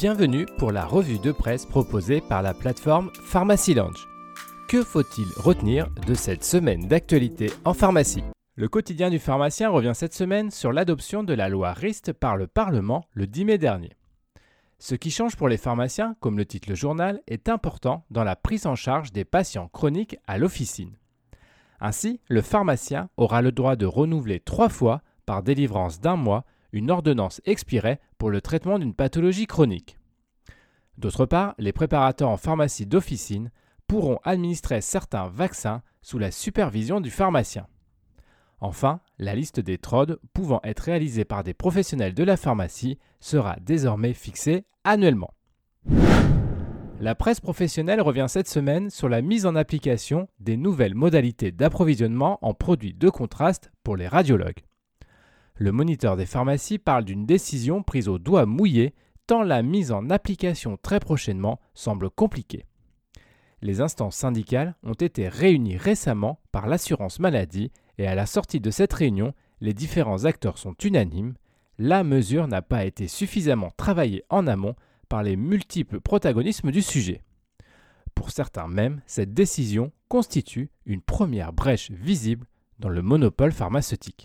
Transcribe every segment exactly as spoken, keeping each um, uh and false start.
Bienvenue pour la revue de presse proposée par la plateforme Pharmacy Lounge. Que faut-il retenir de cette semaine d'actualité en pharmacie ? Le quotidien du pharmacien revient cette semaine sur l'adoption de la loi RIST par le Parlement le dix mai dernier. Ce qui change pour les pharmaciens, comme le titre le journal, est important dans la prise en charge des patients chroniques à l'officine. Ainsi, le pharmacien aura le droit de renouveler trois fois, par délivrance d'un mois, une ordonnance expirée pour le traitement d'une pathologie chronique. D'autre part, les préparateurs en pharmacie d'officine pourront administrer certains vaccins sous la supervision du pharmacien. Enfin, la liste des T R O D pouvant être réalisée par des professionnels de la pharmacie sera désormais fixée annuellement. La presse professionnelle revient cette semaine sur la mise en application des nouvelles modalités d'approvisionnement en produits de contraste pour les radiologues. Le moniteur des pharmacies parle d'une décision prise au doigt mouillé tant la mise en application très prochainement semble compliquée. Les instances syndicales ont été réunies récemment par l'assurance maladie et à la sortie de cette réunion, les différents acteurs sont unanimes. La mesure n'a pas été suffisamment travaillée en amont par les multiples protagonismes du sujet. Pour certains même, cette décision constitue une première brèche visible dans le monopole pharmaceutique.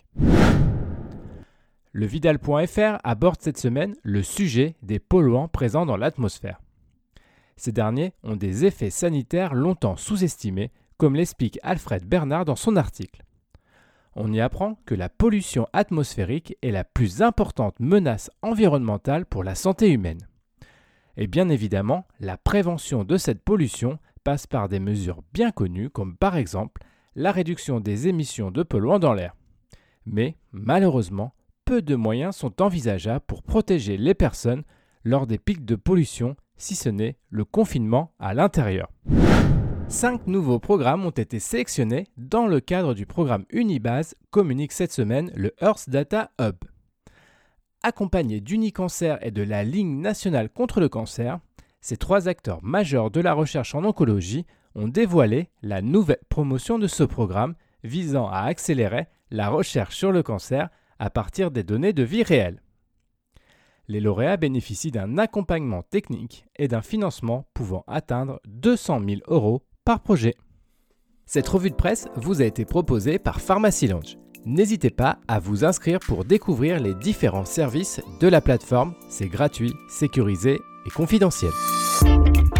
Le Vidal point F R aborde cette semaine le sujet des polluants présents dans l'atmosphère. Ces derniers ont des effets sanitaires longtemps sous-estimés, comme l'explique Alfred Bernard dans son article. On y apprend que la pollution atmosphérique est la plus importante menace environnementale pour la santé humaine. Et bien évidemment, la prévention de cette pollution passe par des mesures bien connues, comme par exemple la réduction des émissions de polluants dans l'air. Mais malheureusement, peu de moyens sont envisageables pour protéger les personnes lors des pics de pollution, si ce n'est le confinement à l'intérieur. Cinq nouveaux programmes ont été sélectionnés dans le cadre du programme Unibase, communique cette semaine le Earth Data Hub. Accompagnés d'Unicancer et de la Ligue nationale contre le cancer, ces trois acteurs majeurs de la recherche en oncologie ont dévoilé la nouvelle promotion de ce programme visant à accélérer la recherche sur le cancer à partir des données de vie réelle. Les lauréats bénéficient d'un accompagnement technique et d'un financement pouvant atteindre deux cent mille euros par projet. Cette revue de presse vous a été proposée par Pharmacy Lounge. N'hésitez pas à vous inscrire pour découvrir les différents services de la plateforme. C'est gratuit, sécurisé et confidentiel.